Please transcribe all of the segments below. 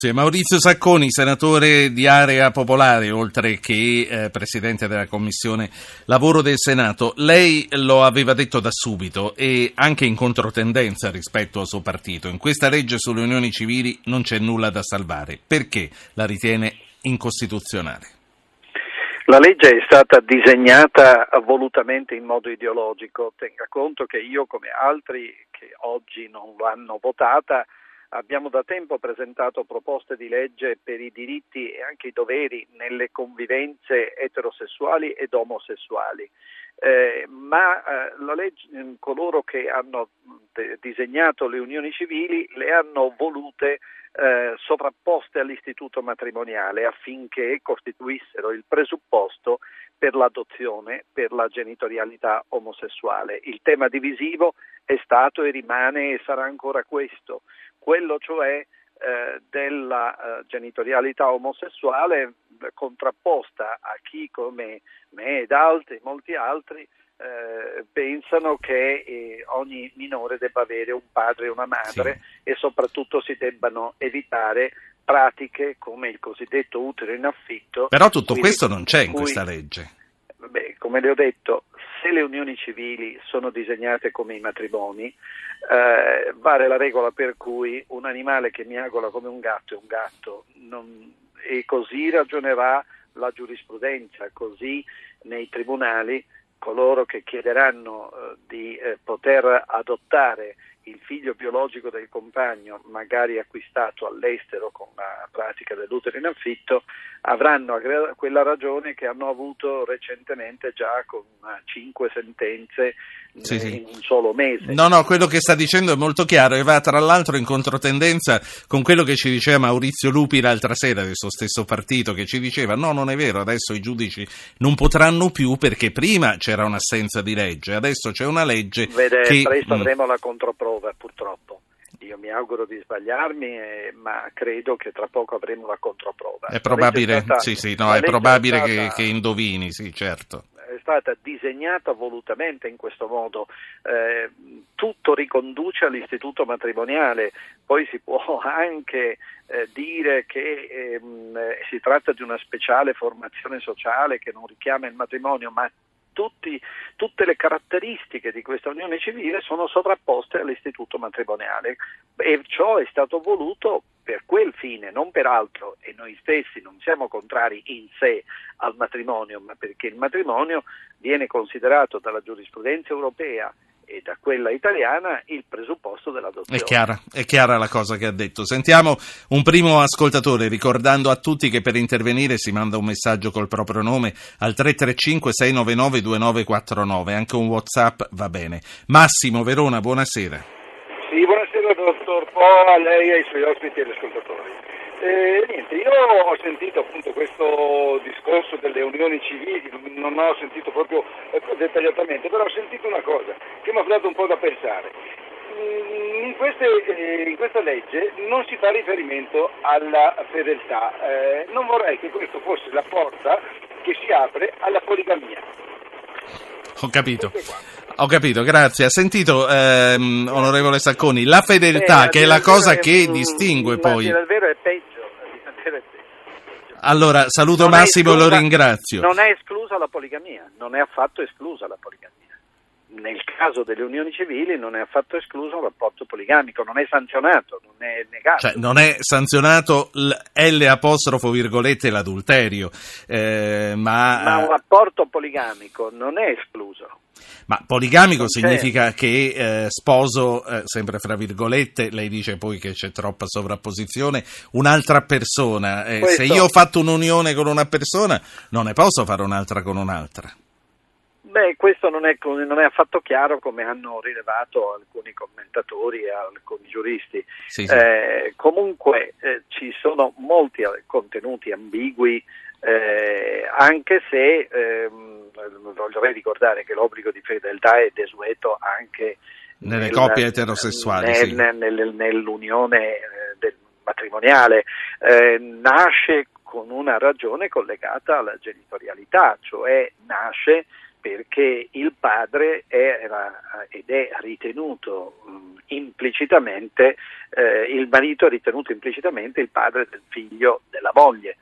Sì, Maurizio Sacconi, senatore di Area Popolare, oltre che presidente della Commissione Lavoro del Senato. Lei lo aveva detto da subito e anche in controtendenza rispetto al suo partito. In questa legge sulle unioni civili non c'è nulla da salvare. Perché la ritiene incostituzionale? La legge è stata disegnata volutamente in modo ideologico. Tenga conto che io, come altri che oggi non l'hanno votata, abbiamo da tempo presentato proposte di legge per i diritti e anche i doveri nelle convivenze eterosessuali ed omosessuali. La legge, coloro che hanno disegnato le unioni civili le hanno volute sovrapposte all'istituto matrimoniale affinché costituissero il presupposto per l'adozione, per la genitorialità omosessuale. Il tema divisivo è stato e rimane e sarà ancora questo, quello cioè della genitorialità omosessuale contrapposta a chi come me ed altri, molti altri, pensano che ogni minore debba avere un padre e una madre, sì, e soprattutto si debbano evitare pratiche come il cosiddetto utero in affitto. Però tutto questo non c'è in questa legge. Come le ho detto, se le unioni civili sono disegnate come i matrimoni, vale la regola per cui un animale che miagola come un gatto è un gatto, e così ragionerà la giurisprudenza, così nei tribunali coloro che chiederanno di poter adottare il figlio biologico del compagno, magari acquistato all'estero con la pratica dell'utero in affitto, avranno quella ragione che hanno avuto recentemente già con 5 sentenze in un solo mese. No, quello che sta dicendo è molto chiaro e va tra l'altro in controtendenza con quello che ci diceva Maurizio Lupi l'altra sera del suo stesso partito, che ci diceva no, non è vero, adesso i giudici non potranno più perché prima c'era un'assenza di legge, adesso c'è una legge presto avremo la controprova, purtroppo. Io mi auguro di sbagliarmi, ma credo che tra poco avremo la controprova. È probabile, è probabile che indovini, sì, certo. È stata disegnata volutamente in questo modo, tutto riconduce all'istituto matrimoniale, poi si può anche dire che si tratta di una speciale formazione sociale che non richiama il matrimonio, ma tutte le caratteristiche di questa unione civile sono sovrapposte all'istituto matrimoniale e ciò è stato voluto per quel fine, non per altro, e noi stessi non siamo contrari in sé al matrimonio, ma perché il matrimonio viene considerato dalla giurisprudenza europea e da quella italiana il presupposto dell'adozione. È chiara la cosa che ha detto. Sentiamo un primo ascoltatore, ricordando a tutti che per intervenire si manda un messaggio col proprio nome al 335-699-2949, anche un WhatsApp va bene. Massimo, Verona, buonasera. Sì, buonasera dottor Po, a lei e ai suoi ospiti e agli ascoltatori. Io ho sentito appunto questo discorso delle unioni civili, non ho sentito proprio dettagliatamente, però ho sentito una cosa che mi ha dato un po' da pensare. In questa legge non si fa riferimento alla fedeltà, non vorrei che questo fosse la porta che si apre alla poligamia. Ho capito, grazie. Ha sentito, onorevole Sacconi, la fedeltà, che è la cosa che distingue poi. Il vero è peggio. Allora, saluto Massimo e lo ringrazio. Non è esclusa la poligamia, non è affatto esclusa la poligamia. Nel caso delle unioni civili non è affatto escluso un rapporto poligamico, non è sanzionato, non è negato. Cioè, non è sanzionato l'adulterio, ma un rapporto poligamico non è escluso. Ma poligamico significa che sposo, sempre fra virgolette, lei dice poi che c'è troppa sovrapposizione, un'altra persona. Se io ho fatto un'unione con una persona, non ne posso fare un'altra con un'altra. Questo non è affatto chiaro, come hanno rilevato alcuni commentatori e alcuni giuristi. Sì. Comunque ci sono molti contenuti ambigui, anche se vorrei ricordare che l'obbligo di fedeltà è desueto anche nelle coppie eterosessuali, nell'unione matrimoniale. Nasce con una ragione collegata alla genitorialità, cioè nasce perché il padre era ed è ritenuto implicitamente, il marito è ritenuto implicitamente il padre del figlio della moglie.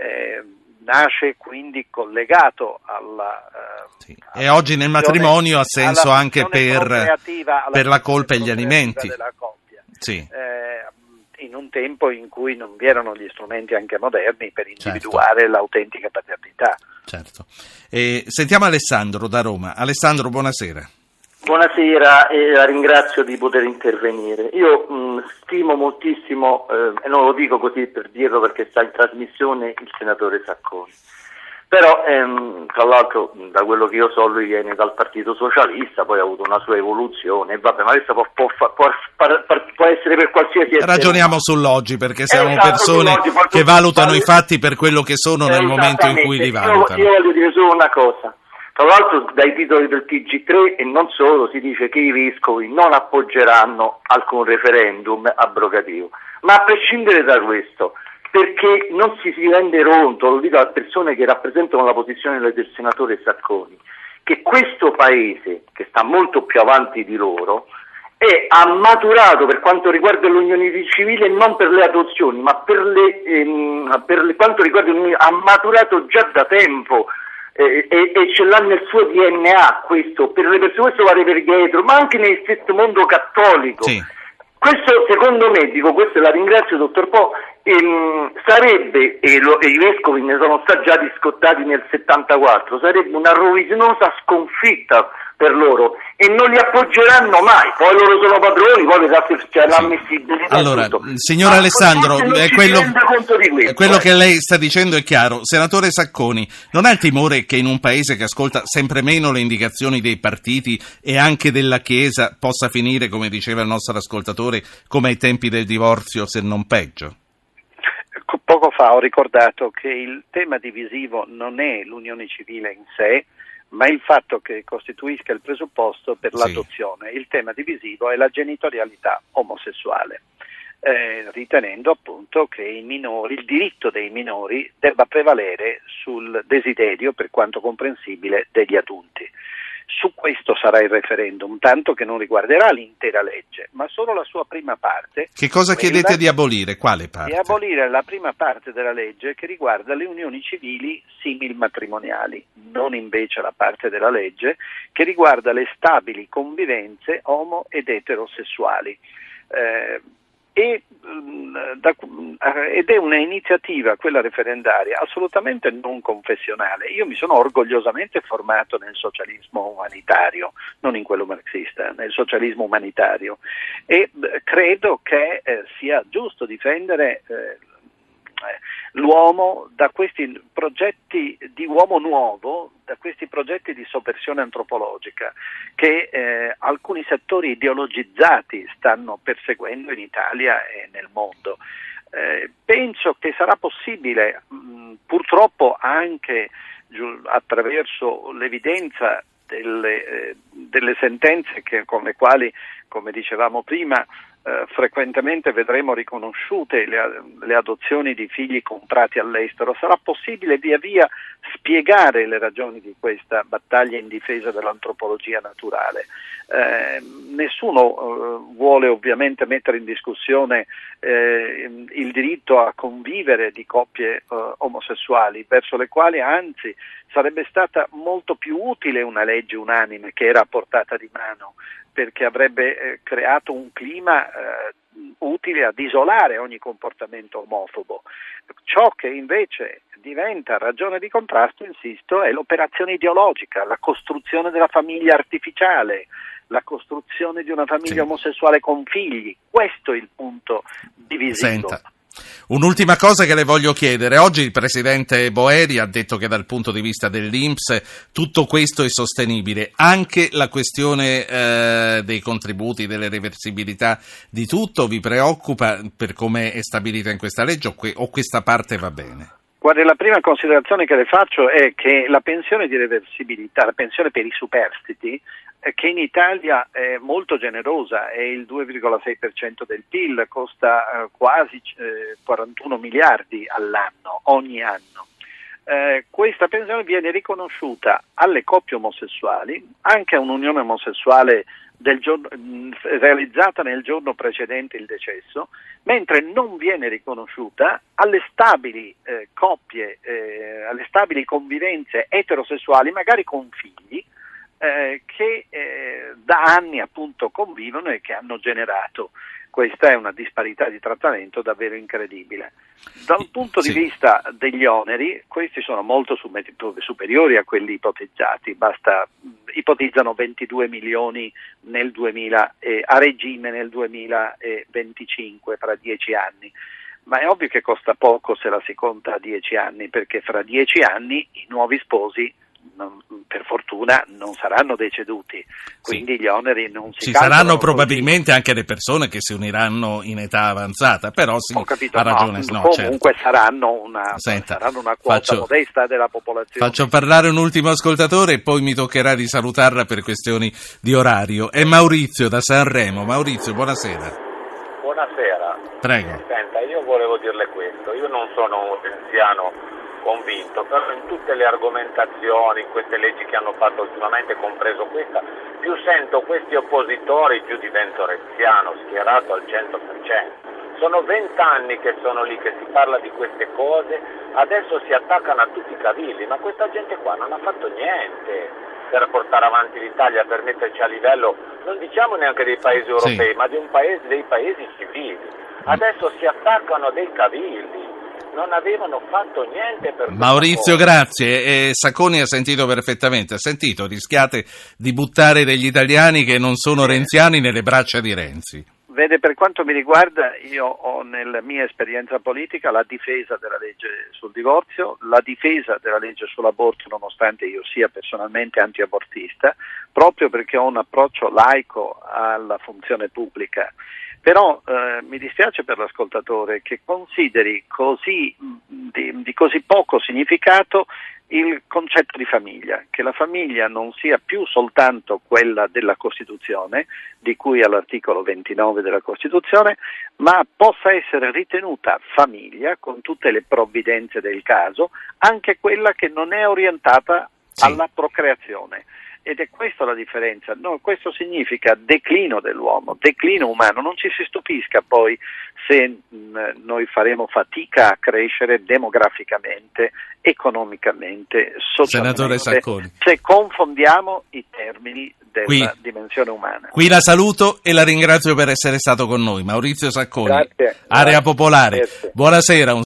Nasce quindi collegato sì. E oggi nel matrimonio ha senso anche per la colpa e gli alimenti della coppia. Sì. In un tempo in cui non vi erano gli strumenti anche moderni per individuare l'autentica paternità. Certo. Sentiamo Alessandro da Roma. Alessandro, buonasera. Buonasera e la ringrazio di poter intervenire. Io stimo moltissimo, e non lo dico così per dirlo perché sta in trasmissione, il senatore Sacconi. Però, tra l'altro, da quello che io so, lui viene dal Partito Socialista, poi ha avuto una sua evoluzione, e vabbè, ma questo può essere per qualsiasi essere. Ragioniamo sull'oggi, perché siamo persone che valutano i fatti per quello che sono nel momento in cui li valutano. Io voglio dire solo una cosa. Tra l'altro, dai titoli del TG3 e non solo, si dice che i vescovi non appoggeranno alcun referendum abrogativo. Ma a prescindere da questo, perché non si rende conto, lo dico a persone che rappresentano la posizione del senatore Sacconi, che questo paese, che sta molto più avanti di loro, ha maturato per quanto riguarda l'unione civile, non per le adozioni, ma per quanto riguarda l'unione, ha maturato già da tempo e ce l'ha nel suo DNA questo, per le persone, questo vale per dietro, ma anche nel stesso mondo cattolico. Sì. Questo secondo me, dico questo e la ringrazio dottor Po, sarebbe, i vescovi ne sono stati già discottati nel 74, sarebbe una rovinosa sconfitta per loro e non li appoggeranno mai, poi loro sono padroni, poi c'è l'ammissibilità. Allora, signor Alessandro, quello che lei sta dicendo è chiaro. Senatore Sacconi, non ha il timore che in un paese che ascolta sempre meno le indicazioni dei partiti e anche della Chiesa possa finire, come diceva il nostro ascoltatore, come ai tempi del divorzio, se non peggio? Poco fa ho ricordato che il tema divisivo non è l'unione civile in sé, ma il fatto che costituisca il presupposto per l'adozione. Il tema divisivo è la genitorialità omosessuale, ritenendo appunto che il diritto dei minori debba prevalere sul desiderio, per quanto comprensibile, degli adulti. Su questo sarà il referendum, tanto che non riguarderà l'intera legge, ma solo la sua prima parte. Che cosa chiedete di abolire? Quale parte? Di abolire la prima parte della legge che riguarda le unioni civili similmatrimoniali, non invece la parte della legge che riguarda le stabili convivenze omo ed eterosessuali. Ed è una iniziativa, quella referendaria, assolutamente non confessionale. Io mi sono orgogliosamente formato nel socialismo umanitario, non in quello marxista, nel socialismo umanitario, e credo che sia giusto difendere l'uomo da questi progetti di uomo nuovo, da questi progetti di soppressione antropologica che alcuni settori ideologizzati stanno perseguendo in Italia e nel mondo. Penso che sarà possibile, purtroppo anche attraverso l'evidenza delle sentenze con le quali, come dicevamo prima, frequentemente vedremo riconosciute le adozioni di figli comprati all'estero, sarà possibile via via spiegare le ragioni di questa battaglia in difesa dell'antropologia naturale. Nessuno vuole ovviamente mettere in discussione il diritto a convivere di coppie omosessuali, verso le quali anzi sarebbe stata molto più utile una legge unanime che era a portata di mano, perché avrebbe creato un clima utile ad isolare ogni comportamento omofobo. Ciò che invece diventa ragione di contrasto, insisto, è l'operazione ideologica, la costruzione della famiglia artificiale, la costruzione di una famiglia omosessuale con figli. Questo è il punto divisivo. Senta. Un'ultima cosa che le voglio chiedere. Oggi il presidente Boeri ha detto che dal punto di vista dell'INPS tutto questo è sostenibile. Anche la questione dei contributi, delle reversibilità di tutto vi preoccupa per come è stabilita in questa legge o questa parte va bene? Guardi, la prima considerazione che le faccio è che la pensione di reversibilità, la pensione per i superstiti, che in Italia è molto generosa, è il 2,6% del PIL, costa quasi 41 miliardi all'anno, ogni anno. questa pensione viene riconosciuta alle coppie omosessuali, anche a un'unione omosessuale realizzata nel giorno precedente il decesso, mentre non viene riconosciuta alle stabili coppie, alle stabili convivenze eterosessuali, magari con figli, che da anni appunto convivono e che hanno generato. Questa è una disparità di trattamento davvero incredibile. Dal punto di vista degli oneri, questi sono molto superiori a quelli ipotizzati, ipotizzano 22 milioni nel 2000 a regime nel 2025, fra 10 anni. Ma è ovvio che costa poco se la si conta a 10 anni, perché fra 10 anni i nuovi sposi per fortuna non saranno deceduti, quindi gli oneri non si calcolano. Ci saranno probabilmente anche le persone che si uniranno in età avanzata, però sì, ha ragione. Comunque certo. saranno una quota modesta della popolazione. Faccio parlare un ultimo ascoltatore e poi mi toccherà di salutarla per questioni di orario. È Maurizio da Sanremo. Maurizio, buonasera. Buonasera. Prego. Senta, io volevo dirle questo, io non sono un renziano convinto, però in tutte le argomentazioni, in queste leggi che hanno fatto ultimamente, compreso questa, più sento questi oppositori, più divento renziano, schierato al 100%. Sono 20 anni che sono lì che si parla di queste cose, adesso si attaccano a tutti i cavilli, ma questa gente qua non ha fatto niente per portare avanti l'Italia, per metterci a livello, non diciamo neanche dei paesi europei, ma dei paesi civili. Adesso si attaccano a dei cavilli. Non avevano fatto niente per Maurizio, grazie. Sacconi ha sentito perfettamente. Rischiate di buttare degli italiani che non sono renziani nelle braccia di Renzi. Vede, per quanto mi riguarda, io ho nella mia esperienza politica la difesa della legge sul divorzio, la difesa della legge sull'aborto, nonostante io sia personalmente antiabortista, proprio perché ho un approccio laico alla funzione pubblica. Però mi dispiace per l'ascoltatore che consideri di così poco significato il concetto di famiglia, che la famiglia non sia più soltanto quella della Costituzione, di cui all'articolo 29 della Costituzione, ma possa essere ritenuta famiglia, con tutte le provvidenze del caso, anche quella che non è orientata alla procreazione. Ed è questa la differenza. No, questo significa declino dell'uomo, declino umano. Non ci si stupisca poi se noi faremo fatica a crescere demograficamente, economicamente, socialmente, Senatore Sacconi, se confondiamo i termini della dimensione umana. Qui la saluto e la ringrazio per essere stato con noi. Maurizio Sacconi, Grazie. Area Popolare. Grazie. Buonasera.